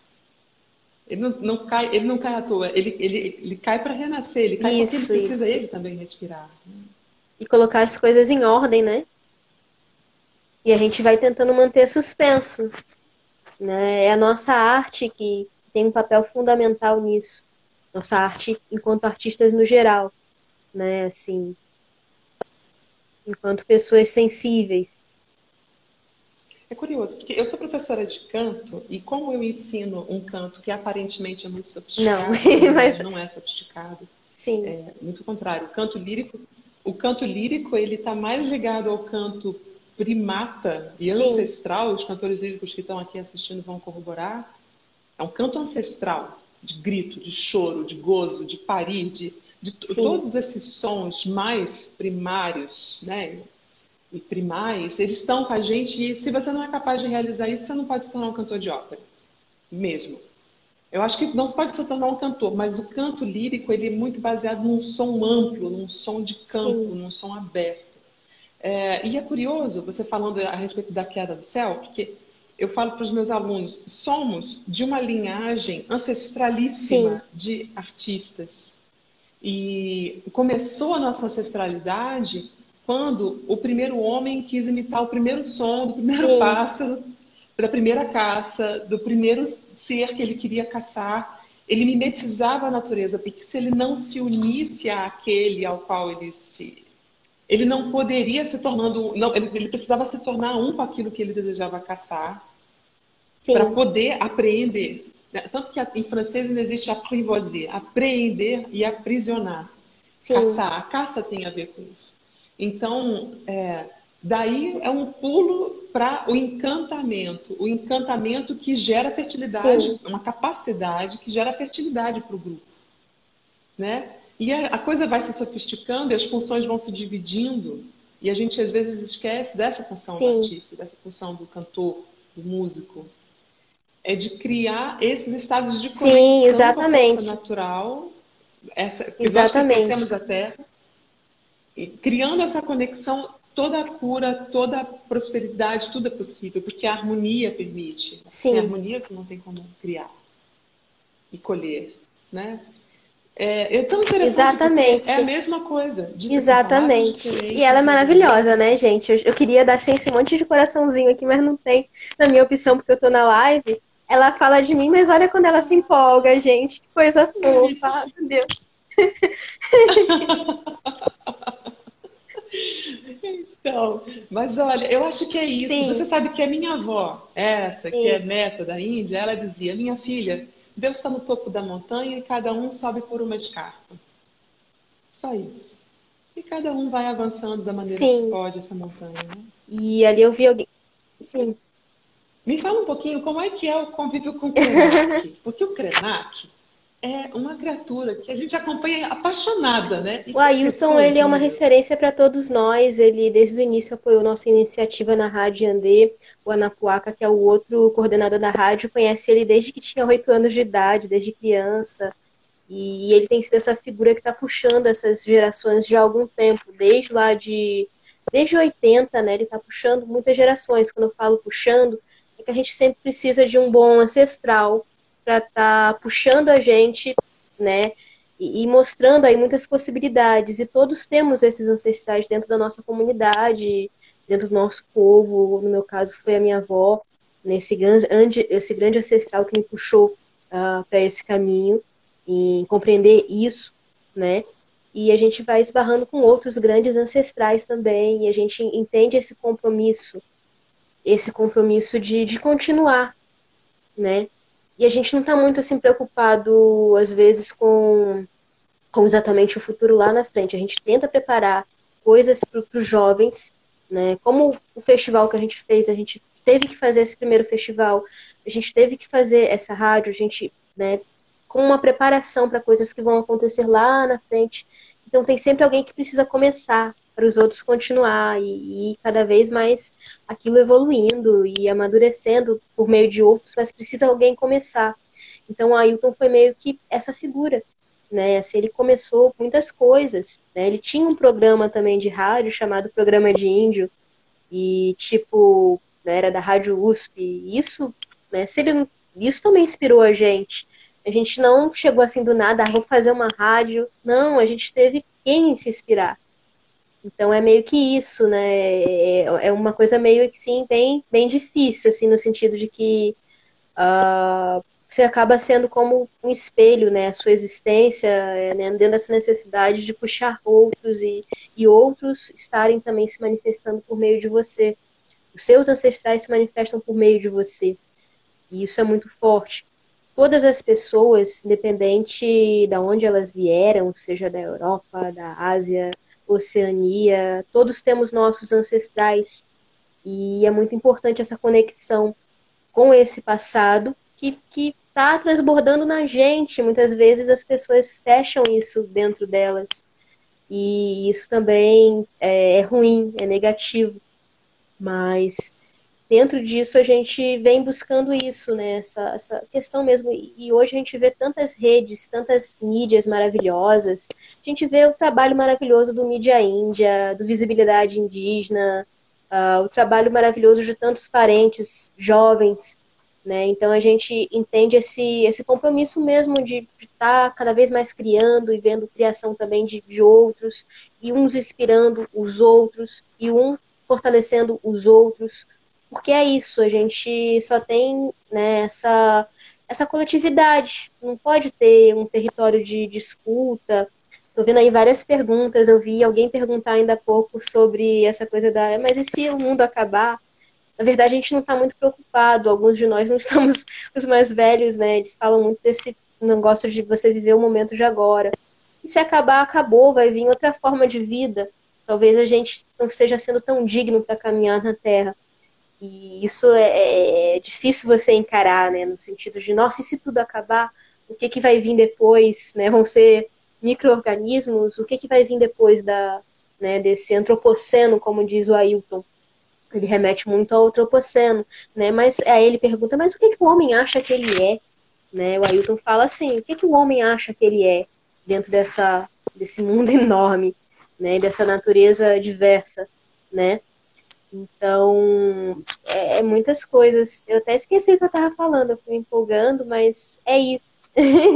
S3: Ele não cai à toa, ele cai para renascer, ele cai porque ele
S2: Isso,
S3: precisa
S2: isso.
S3: ele também respirar.
S2: E colocar as coisas em ordem, né? E a gente vai tentando manter suspenso, né? É a nossa arte que tem um papel fundamental nisso. Nossa arte enquanto artistas no geral, né? Assim, enquanto pessoas sensíveis.
S3: curioso, porque eu sou professora de canto e como eu ensino um canto que aparentemente é muito sofisticado,
S2: Não, mas
S3: não é sofisticado,
S2: sim,
S3: é muito contrário. O canto lírico, ele está mais ligado ao canto primata e
S2: sim,
S3: ancestral. Os cantores líricos que estão aqui assistindo vão corroborar. É um canto ancestral, de grito, de choro, de gozo, de parir,
S2: sim,
S3: todos esses sons mais primários, né? E primais, eles estão com a gente e se você não é capaz de realizar isso, você não pode se tornar um cantor de ópera, mesmo. Eu acho que não se pode se tornar um cantor, mas o canto lírico ele é muito baseado num som amplo, num som de campo,
S2: sim,
S3: num som aberto. E é curioso você falando a respeito da queda do céu, porque eu falo para os meus alunos, somos de uma linhagem
S2: sim,
S3: ancestralíssima de artistas. E começou a nossa ancestralidade quando o primeiro homem quis imitar o primeiro som do primeiro
S2: sim,
S3: pássaro, da primeira caça, do primeiro ser que ele queria caçar. Ele mimetizava a natureza, porque se ele não se unisse àquele ao qual ele não poderia se tornando, não, ele precisava se tornar um com aquilo que ele desejava caçar para
S2: sim,
S3: poder apreender. Tanto que em francês ainda existe apprivoiser, apreender e aprisionar.
S2: sim,
S3: Caçar, a caça tem a ver com isso. Então, daí é um pulo para o encantamento que gera fertilidade,
S2: sim,
S3: uma capacidade que gera fertilidade para o grupo, né? E a coisa vai se sofisticando e as funções vão se dividindo e a gente às vezes esquece dessa função do
S2: sim,
S3: artista, dessa função do cantor, do músico, é de criar esses estados de
S2: sim,
S3: conexão com a força
S2: exatamente,
S3: natural, que nós pertencemos
S2: exatamente.
S3: à Terra, e criando essa conexão, toda a cura, toda a prosperidade, tudo é possível, porque a harmonia permite. Sem
S2: Sim,
S3: harmonia você não tem como criar e colher, né? É tão interessante porque é a
S2: exatamente.
S3: mesma coisa, dita com palavras
S2: Exatamente. E
S3: diferentes,
S2: ela é
S3: mas é a mesma
S2: maravilhosa, né,
S3: coisa.
S2: gente? Eu queria dar assim, esse monte de coraçãozinho aqui, mas não tem, na minha opção, porque eu tô na live. Ela fala de mim, mas olha quando ela se empolga, gente. Que coisa fofa. Ah, meu Deus.
S3: Então, mas olha, eu acho que é isso. Você
S2: Sim,
S3: sabe que a minha avó, essa que é
S2: sim.
S3: neta da Índia, ela dizia: minha filha, Deus está no topo da montanha e cada um sobe por uma escarpa. Só isso. E cada um vai avançando da maneira que
S2: Sim.
S3: pode essa montanha, né?
S2: E ali eu vi alguém. Sim.
S3: Me fala um pouquinho como é que é o convívio com o Krenak. Porque o Krenak é uma criatura que a gente acompanha apaixonada, né? E
S2: O
S3: que
S2: Ailton,
S3: pessoa
S2: ele é uma
S3: incrível.
S2: referência para todos nós. Ele, desde o início, apoiou nossa iniciativa na Rádio Yandê. O Anapuaca, que é o outro coordenador da rádio, conhece ele desde que tinha 8 anos de idade, desde criança. E ele tem sido essa figura que está puxando essas gerações já há algum tempo, desde 80, né? Ele está puxando muitas gerações. Quando eu falo puxando, é que a gente sempre precisa de um bom ancestral para estar puxando a gente, né? E mostrando aí muitas possibilidades. E todos temos esses ancestrais dentro da nossa comunidade, dentro do nosso povo. No meu caso, foi a minha avó, esse grande ancestral que me puxou para esse caminho em compreender isso, né? E a gente vai esbarrando com outros grandes ancestrais também, e a gente entende esse compromisso de continuar, né? E a gente não está muito assim preocupado, às vezes, com exatamente o futuro lá na frente. A gente tenta preparar coisas para os jovens, né? Como o festival que a gente fez, a gente teve que fazer esse primeiro festival, a gente teve que fazer essa rádio, a gente, né, com uma preparação para coisas que vão acontecer lá na frente. Então tem sempre alguém que precisa começar para os outros continuar e cada vez mais aquilo evoluindo e amadurecendo por meio de outros, mas precisa alguém começar. Então o Ailton foi meio que essa figura, né? Assim, ele começou muitas coisas, né? Ele tinha um programa também de rádio chamado Programa de Índio e tipo, né, era da Rádio USP. E isso, né? Isso também inspirou a gente. A gente não chegou assim do nada, vou fazer uma rádio. Não, a gente teve quem se inspirar. Então é meio que isso, né? É uma coisa meio que sim, bem difícil, assim, no sentido de que você acaba sendo como um espelho, né? A sua existência, né? Dentro dessa necessidade de puxar outros e outros estarem também se manifestando por meio de você. Os seus ancestrais se manifestam por meio de você. E isso é muito forte. Todas as pessoas, independente de onde elas vieram, seja da Europa, da Ásia, Oceania, todos temos nossos ancestrais. E é muito importante essa conexão com esse passado que está transbordando na gente. Muitas vezes as pessoas fecham isso dentro delas. E isso também é ruim, é negativo. Mas dentro disso a gente vem buscando isso, né? Essa questão mesmo. E hoje a gente vê tantas redes, tantas mídias maravilhosas. A gente vê o trabalho maravilhoso do Mídia Índia, do Visibilidade Indígena, o trabalho maravilhoso de tantos parentes jovens, né? Então a gente entende esse compromisso mesmo de estar cada vez mais criando e vendo criação também de outros, e uns inspirando os outros, e um fortalecendo os outros, porque é isso, a gente só tem, né, essa coletividade, não pode ter um território de disputa. Tô vendo aí várias perguntas, eu vi alguém perguntar ainda há pouco sobre essa coisa mas e se o mundo acabar? Na verdade, a gente não está muito preocupado, alguns de nós não estamos, os mais velhos, né, eles falam muito desse negócio de você viver o momento de agora. E se acabar, acabou, vai vir outra forma de vida. Talvez a gente não esteja sendo tão digno para caminhar na Terra. E isso é difícil você encarar, né? No sentido de, nossa, e se tudo acabar, o que vai vir depois, né? Vão ser micro-organismos, o que vai vir depois né, desse antropoceno, como diz o Ailton. Ele remete muito ao antropoceno, né? Mas aí ele pergunta, mas o que o homem acha que ele é? Né? O Ailton fala assim, o que o homem acha que ele é dentro desse mundo enorme, né? Dessa natureza diversa, né? Então, muitas coisas. Eu até esqueci o que eu estava falando, eu fui me empolgando, mas é isso.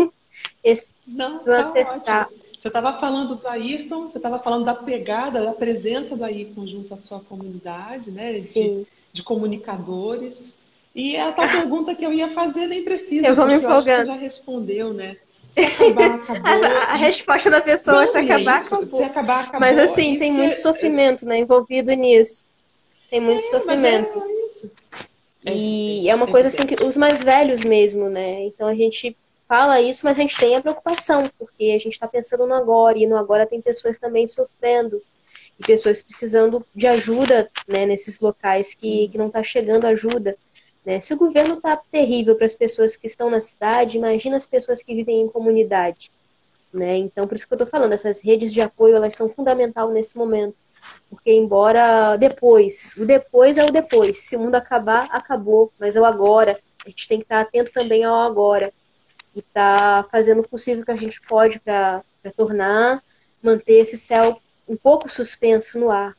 S3: Não, tá ótimo. Você estava falando do Ayrton, você estava falando da pegada, da presença do Ayrton junto à sua comunidade, né? De comunicadores. E a tal pergunta que eu ia fazer nem precisa,
S2: eu vou
S3: porque
S2: me
S3: eu acho que você
S2: empolgando.
S3: já respondeu, né? Se acabar, acabou.
S2: A resposta da pessoa, se acabar, acabou.
S3: Se acabar, acabou.
S2: Mas assim, tem muito sofrimento, né, envolvido nisso. Tem muito sofrimento.
S3: Mas é isso.
S2: E é uma coisa assim que os mais velhos mesmo, né? Então a gente fala isso, mas a gente tem a preocupação, porque a gente está pensando no agora, e no agora tem pessoas também sofrendo, e pessoas precisando de ajuda, né, nesses locais que não está chegando ajuda. Né? Se o governo está terrível para as pessoas que estão na cidade, imagina as pessoas que vivem em comunidade. Né? Então, por isso que eu estou falando, essas redes de apoio, elas são fundamentais nesse momento. Porque embora o depois é o depois. Se o mundo acabar, acabou. Mas é o agora. A gente tem que estar atento também ao agora. E tá fazendo o possível que a gente pode para manter esse céu um pouco suspenso no ar.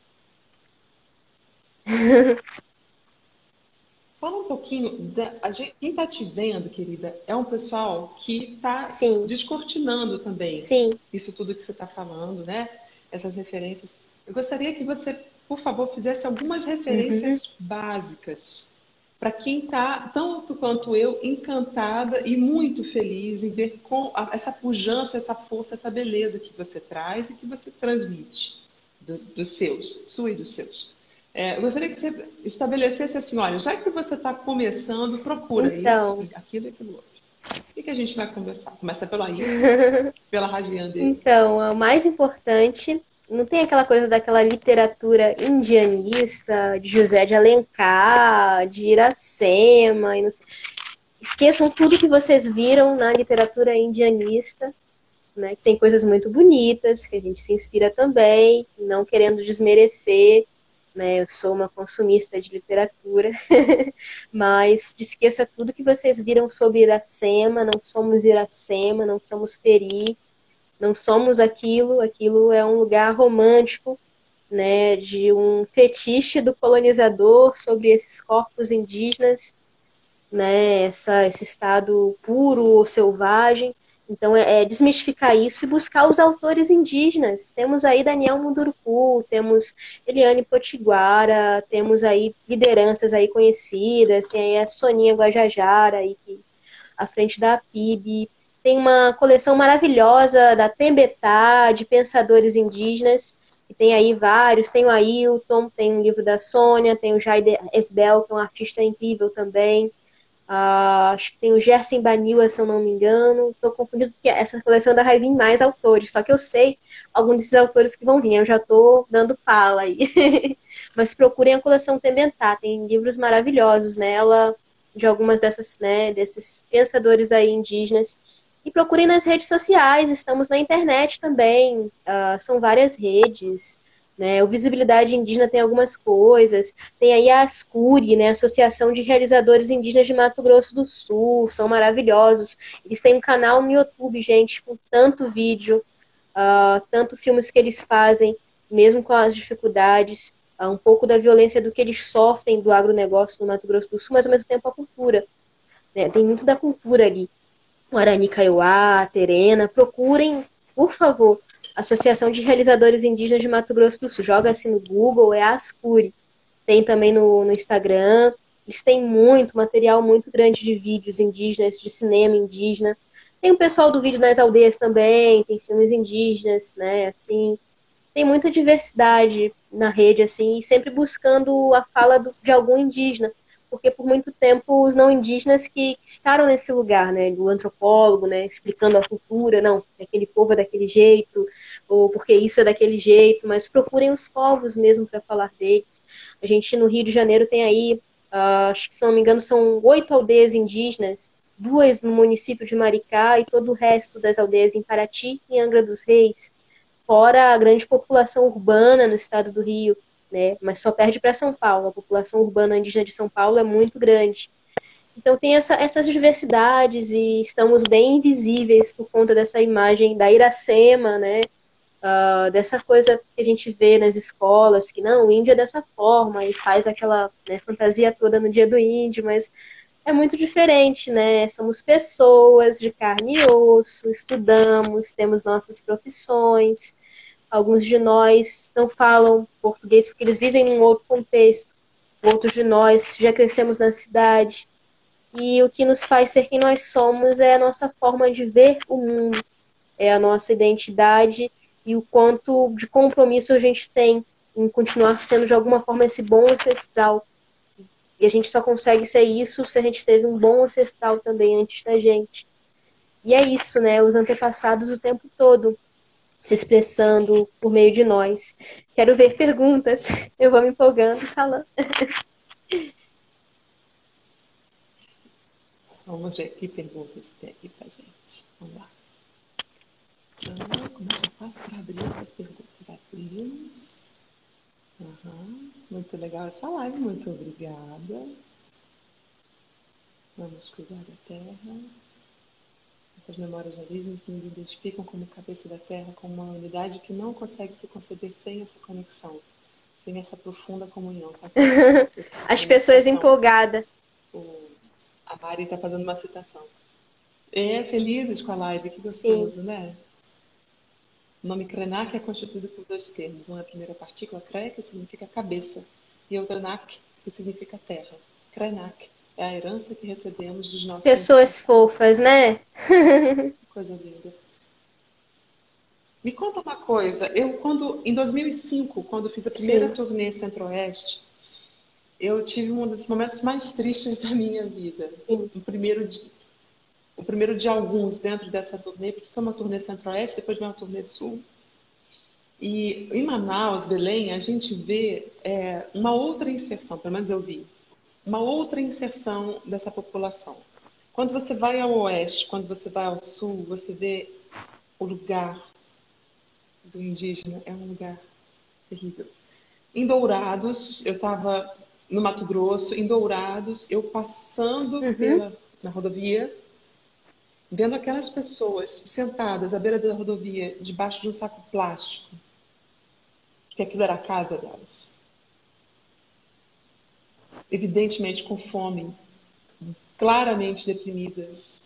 S3: Fala um pouquinho, quem está te vendo, querida, é um pessoal que está descortinando também isso tudo que você está falando, né? Essas referências. Eu gostaria que você, por favor, fizesse algumas referências básicas para quem está, tanto quanto eu, encantada e muito feliz em ver com essa pujança, essa força, essa beleza que você traz e que você transmite dos seus, sua e dos seus. Eu gostaria que você estabelecesse assim, olha, já que você está começando, procura isso, aquilo e aquilo outro. O que a gente vai conversar? Começa pela pela Radiante dele.
S2: Então, o mais importante, não tem aquela coisa daquela literatura indianista, de José de Alencar, de Iracema, e não sei. Esqueçam tudo que vocês viram na literatura indianista, né, que tem coisas muito bonitas, que a gente se inspira também, não querendo desmerecer. Né, eu sou uma consumista de literatura, mas esqueça tudo que vocês viram sobre Iracema, não somos Iracema, não somos Peri, não somos aquilo é um lugar romântico, né, de um fetiche do colonizador sobre esses corpos indígenas, né, esse estado puro ou selvagem. Então, desmistificar isso e buscar os autores indígenas. Temos aí Daniel Munduruku, temos Eliane Potiguara, temos aí lideranças aí conhecidas, tem aí a Soninha Guajajara, aí, à frente da PIB. Tem uma coleção maravilhosa da Tembetá, de pensadores indígenas, E tem aí vários, tem o Ailton, tem o livro da Sônia, tem o Jaider Esbel, que é um artista incrível também. Acho que tem o Gerson Baniwa, se eu não me engano. Estou confundindo porque essa coleção ainda vai vir mais autores. Só que eu sei alguns desses autores que vão vir. Eu já estou dando pala aí. Mas procurem a coleção Tementá. Tem livros maravilhosos nela, de algumas dessas, né, desses pensadores aí indígenas. E procurem nas redes sociais. Estamos na internet também. São várias redes. Né? O Visibilidade Indígena tem algumas coisas. Tem aí a ASCURI, né? Associação de Realizadores Indígenas de Mato Grosso do Sul. São maravilhosos. Eles têm um canal no YouTube, gente, com tanto vídeo, tanto filmes que eles fazem, mesmo com as dificuldades, um pouco da violência do que eles sofrem do agronegócio no Mato Grosso do Sul, mas ao mesmo tempo a cultura. Né? Tem muito da cultura ali. Guarani Kaiowá, Terena. Procurem, por favor, Associação de Realizadores Indígenas de Mato Grosso do Sul. Joga assim no Google, é a Ascuri. Tem também no Instagram. Eles têm muito material, muito grande de vídeos indígenas, de cinema indígena. Tem o pessoal do vídeo das aldeias também, tem filmes indígenas, né, assim. Tem muita diversidade na rede, assim, e sempre buscando a fala de algum indígena. Porque por muito tempo os não indígenas que ficaram nesse lugar, né, do antropólogo, né, explicando a cultura, não, aquele povo é daquele jeito, ou porque isso é daquele jeito, mas procurem os povos mesmo para falar deles. A gente no Rio de Janeiro tem aí, acho que se não me engano, são 8 aldeias indígenas, 2 no município de Maricá e todo o resto das aldeias em Paraty e Angra dos Reis, fora a grande população urbana no estado do Rio, né? Mas só perde para São Paulo. A população urbana indígena de São Paulo é muito grande. Então tem essas diversidades e estamos bem invisíveis por conta dessa imagem da Iracema, né? Dessa coisa que a gente vê nas escolas, que não, o índio é dessa forma e faz aquela, né, fantasia toda no dia do índio, mas é muito diferente, né? Somos pessoas de carne e osso, estudamos, temos nossas profissões. Alguns de nós não falam português porque eles vivem em um outro contexto. Outros de nós já crescemos na cidade. E o que nos faz ser quem nós somos é a nossa forma de ver o mundo, é a nossa identidade e o quanto de compromisso a gente tem em continuar sendo de alguma forma esse bom ancestral. E a gente só consegue ser isso se a gente teve um bom ancestral também antes da gente. E é isso, né? Os antepassados o tempo todo se expressando por meio de nós. Quero ver perguntas. Eu vou me empolgando e falando.
S3: Vamos ver que perguntas tem aqui pra gente. Vamos lá. Como é que eu faço para abrir essas perguntas? Abrimos. Muito legal essa live, muito obrigada. Vamos cuidar da Terra. Essas memórias de origem que nos identificam como cabeça da Terra, como uma unidade que não consegue se conceber sem essa conexão, sem essa profunda comunhão. Tá?
S2: As pessoas empolgadas.
S3: A Mari está fazendo uma citação. Felizes com a live, que gostoso, sim, né? O nome Krenak é constituído por 2 termos. Um é a primeira partícula, Kre, que significa cabeça, e outra Nak, que significa terra. Krenak é a herança que recebemos dos nossos...
S2: Pessoas fofas, né?
S3: Coisa linda. Me conta uma coisa. Em 2005, quando fiz a primeira turnê Centro-Oeste, eu tive um dos momentos mais tristes da minha vida.
S2: Sim.
S3: O primeiro de alguns dentro dessa turnê, porque foi uma turnê Centro-Oeste, depois veio uma turnê Sul. E em Manaus, Belém, a gente vê uma outra inserção, pelo menos eu vi, uma outra inserção dessa população. Quando você vai ao Oeste, quando você vai ao Sul, você vê o lugar do indígena, é um lugar terrível. Em Dourados, eu estava no Mato Grosso, em Dourados, eu passando na rodovia, vendo aquelas pessoas sentadas à beira da rodovia, debaixo de um saco plástico, que aquilo era a casa delas. Evidentemente com fome, claramente deprimidas.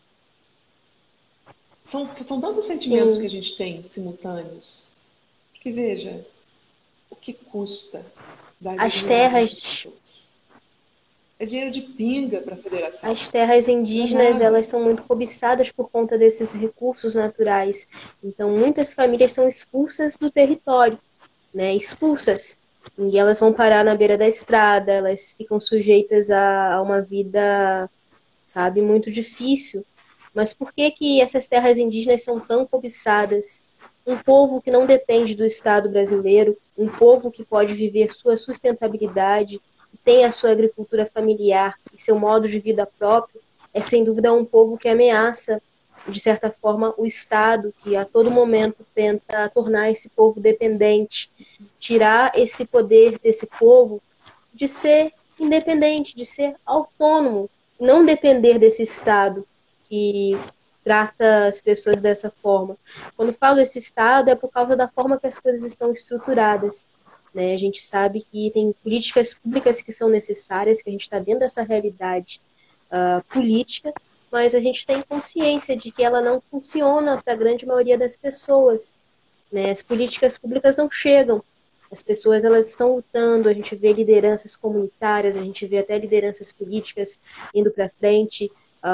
S3: São tantos sentimentos que a gente tem simultâneos, que veja o que custa dar
S2: as terras.
S3: É dinheiro de pinga para a federação.
S2: As terras indígenas, elas são muito cobiçadas por conta desses recursos naturais. Então, muitas famílias são expulsas do território. né, expulsas. E elas vão parar na beira da estrada, elas ficam sujeitas a uma vida, sabe, muito difícil. Mas por que que essas terras indígenas são tão cobiçadas? Um povo que não depende do Estado brasileiro, um povo que pode viver sua sustentabilidade, que tem a sua agricultura familiar e seu modo de vida próprio, é sem dúvida um povo que ameaça, de certa forma, o Estado, que a todo momento tenta tornar esse povo dependente, tirar esse poder desse povo de ser independente, de ser autônomo, não depender desse Estado que trata as pessoas dessa forma. Quando falo esse Estado, é por causa da forma que as coisas estão estruturadas. Né? A gente sabe que tem políticas públicas que são necessárias, que a gente está dentro dessa realidade política, mas a gente tem consciência de que ela não funciona para a grande maioria das pessoas. Né? As políticas públicas não chegam. As pessoas elas estão lutando, a gente vê lideranças comunitárias, a gente vê até lideranças políticas indo para frente,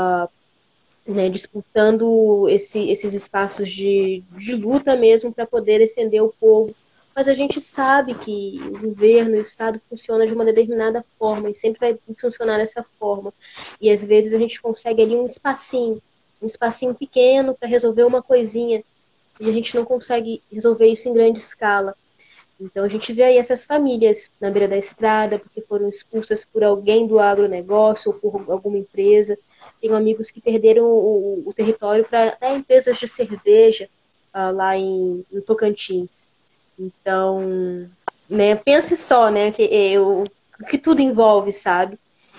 S2: né, disputando esses espaços de luta mesmo para poder defender o povo. Mas a gente sabe que o governo e o Estado funciona de uma determinada forma e sempre vai funcionar dessa forma. E às vezes a gente consegue ali um espacinho pequeno para resolver uma coisinha e a gente não consegue resolver isso em grande escala. Então a gente vê aí essas famílias na beira da estrada porque foram expulsas por alguém do agronegócio ou por alguma empresa. Tenho amigos que perderam o território para até empresas de cerveja lá em Tocantins. Então, né, pense só, né, que tudo envolve, sabe?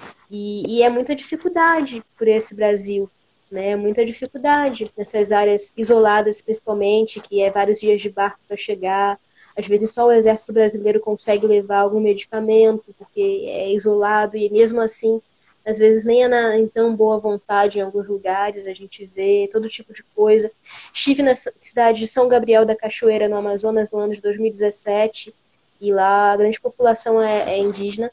S2: E é muita dificuldade por esse Brasil, né? Muita dificuldade nessas áreas isoladas, principalmente, que é vários dias de barco para chegar. Às vezes só o exército brasileiro consegue levar algum medicamento, porque é isolado, e mesmo assim, às vezes nem é em tão boa vontade em alguns lugares, a gente vê todo tipo de coisa. Estive na cidade de São Gabriel da Cachoeira, no Amazonas, no ano de 2017, e lá a grande população é indígena,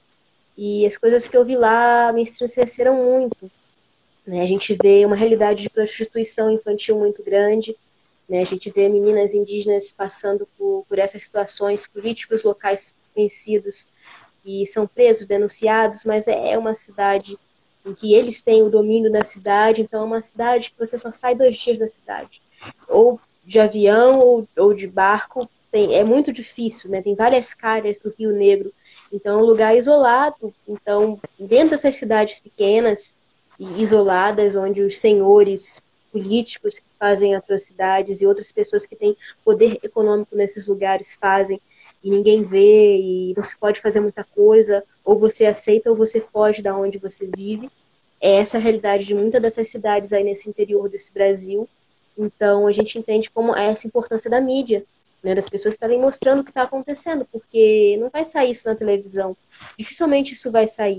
S2: e as coisas que eu vi lá me estremeceram muito. Né? A gente vê uma realidade de prostituição infantil muito grande, né? A gente vê meninas indígenas passando por essas situações, políticos locais conhecidos e são presos, denunciados, mas é uma cidade em que eles têm o domínio da cidade, então é uma cidade que você só sai 2 dias da cidade, ou de avião ou de barco, é muito difícil, né? Tem várias calhas do Rio Negro, então é um lugar isolado, então dentro dessas cidades pequenas e isoladas, onde os senhores políticos que fazem atrocidades e outras pessoas que têm poder econômico nesses lugares fazem, e ninguém vê, e não se pode fazer muita coisa, ou você aceita ou você foge da onde você vive. É essa a realidade de muitas dessas cidades aí nesse interior desse Brasil. Então a gente entende como é essa importância da mídia, né, das pessoas estarem mostrando o que está acontecendo, porque não vai sair isso na televisão, dificilmente isso vai sair.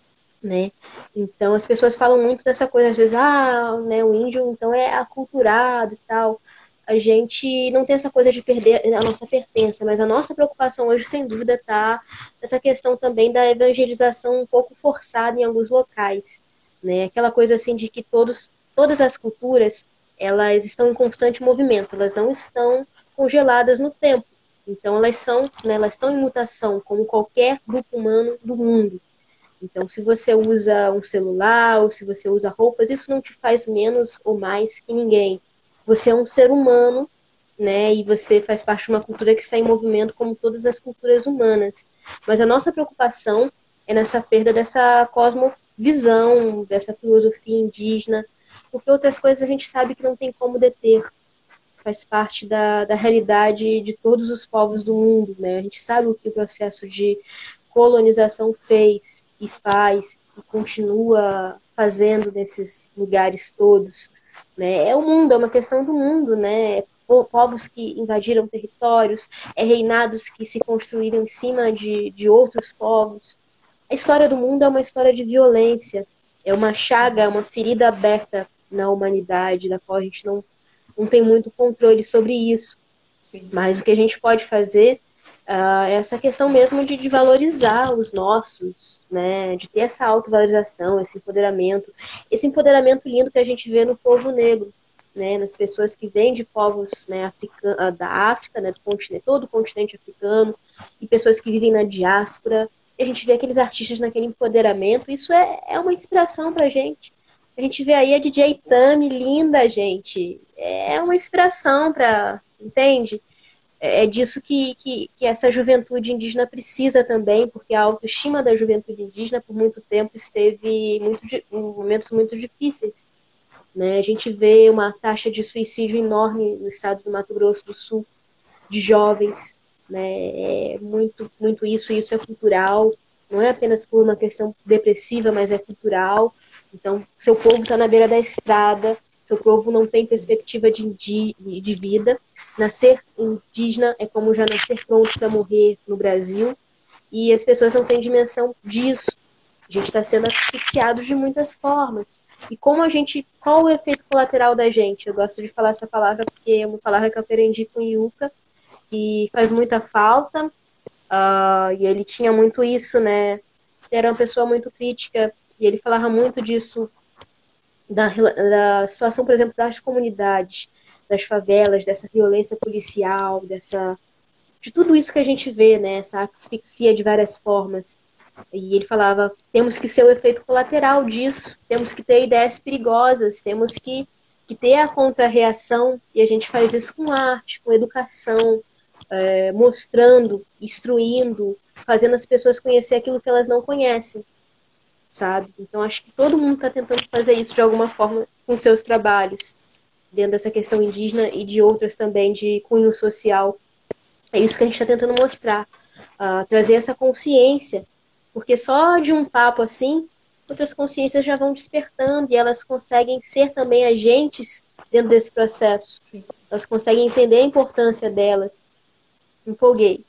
S2: Né? Então as pessoas falam muito dessa coisa, às vezes, né, o índio então é aculturado e tal. A gente não tem essa coisa de perder a nossa pertença, mas a nossa preocupação hoje, sem dúvida, está nessa questão também da evangelização um pouco forçada em alguns locais, né? Aquela coisa assim de que todas as culturas, elas estão em constante movimento, elas não estão congeladas no tempo. Então elas são, né, elas estão em mutação, como qualquer grupo humano do mundo. Então, se você usa um celular ou se você usa roupas, isso não te faz menos ou mais que ninguém. Você é um ser humano, né? E você faz parte de uma cultura que está em movimento como todas as culturas humanas. Mas a nossa preocupação é nessa perda dessa cosmovisão, dessa filosofia indígena, porque outras coisas a gente sabe que não tem como deter. Faz parte da realidade de todos os povos do mundo, né? A gente sabe o que o processo de colonização fez e faz e continua fazendo nesses lugares todos, né? É o mundo, é uma questão do mundo, né? Povos que invadiram territórios, reinados que se construíram em cima de outros povos. A história do mundo é uma história de violência, é uma chaga, é uma ferida aberta na humanidade, da qual a gente não tem muito controle sobre isso. Sim. Mas o que a gente pode fazer essa questão mesmo de valorizar os nossos, né, de ter essa autovalorização, esse empoderamento lindo que a gente vê no povo negro, né, nas pessoas que vêm de povos, né, da África, né, do continente, todo o continente africano, e pessoas que vivem na diáspora. E a gente vê aqueles artistas naquele empoderamento. Isso é uma inspiração pra gente. A gente vê aí a DJ Tami, linda, gente. É uma inspiração pra... Entende? É disso que essa juventude indígena precisa também, porque a autoestima da juventude indígena por muito tempo esteve em momentos muito difíceis, né? A gente vê uma taxa de suicídio enorme no estado do Mato Grosso do Sul, de jovens, né? É muito isso, e isso é cultural, não é apenas por uma questão depressiva, mas é cultural. Então, seu povo está na beira da estrada, seu povo não tem perspectiva de vida. Nascer indígena é como já nascer pronto para morrer no Brasil, e as pessoas não têm dimensão disso. A gente está sendo asfixiado de muitas formas. E qual o efeito colateral da gente? Eu gosto de falar essa palavra porque é uma palavra que eu aprendi com o Yuka, que faz muita falta, e ele tinha muito isso, né? Ele era uma pessoa muito crítica, e ele falava muito disso, da situação, por exemplo, das comunidades, das favelas, dessa violência policial, de tudo isso que a gente vê, né? Essa asfixia de várias formas. E ele falava, temos que ser o efeito colateral disso, temos que ter ideias perigosas, temos que ter a contra-reação, e a gente faz isso com arte, com educação, mostrando, instruindo, fazendo as pessoas conhecer aquilo que elas não conhecem, sabe? Então acho que todo mundo está tentando fazer isso de alguma forma com seus trabalhos, dentro dessa questão indígena e de outras também de cunho social. É isso que a gente está tentando mostrar, trazer essa consciência, porque só de um papo assim, outras consciências já vão despertando e elas conseguem ser também agentes dentro desse processo. Sim. Elas conseguem entender a importância delas. Empolguei.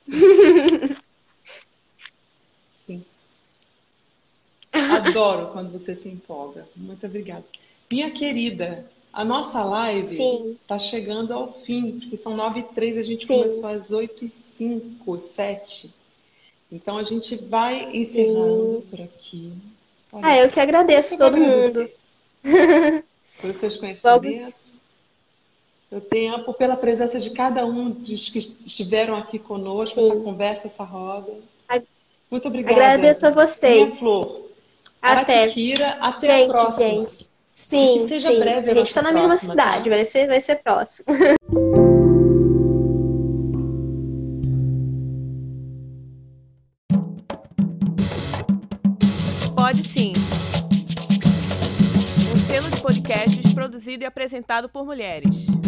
S3: Sim. Adoro quando você se empolga. Muito obrigada. Minha querida, a nossa live está chegando ao fim, porque são 9h03, a gente começou às 8h05, 7. Então a gente vai encerrando por aqui.
S2: Olha, eu que agradeço todo mundo.
S3: Por seus conhecimentos, pelo tempo, pela presença de cada um dos que estiveram aqui conosco, essa conversa, essa roda. Muito obrigada.
S2: Agradeço a vocês.
S3: Minha flor.
S2: Até.
S3: Kira, até a próxima.
S2: Gente. Sim,
S3: que seja breve
S2: a gente está na mesma cidade, tá? vai ser próximo.
S1: Pode sim. Um selo de podcasts produzido e apresentado por mulheres.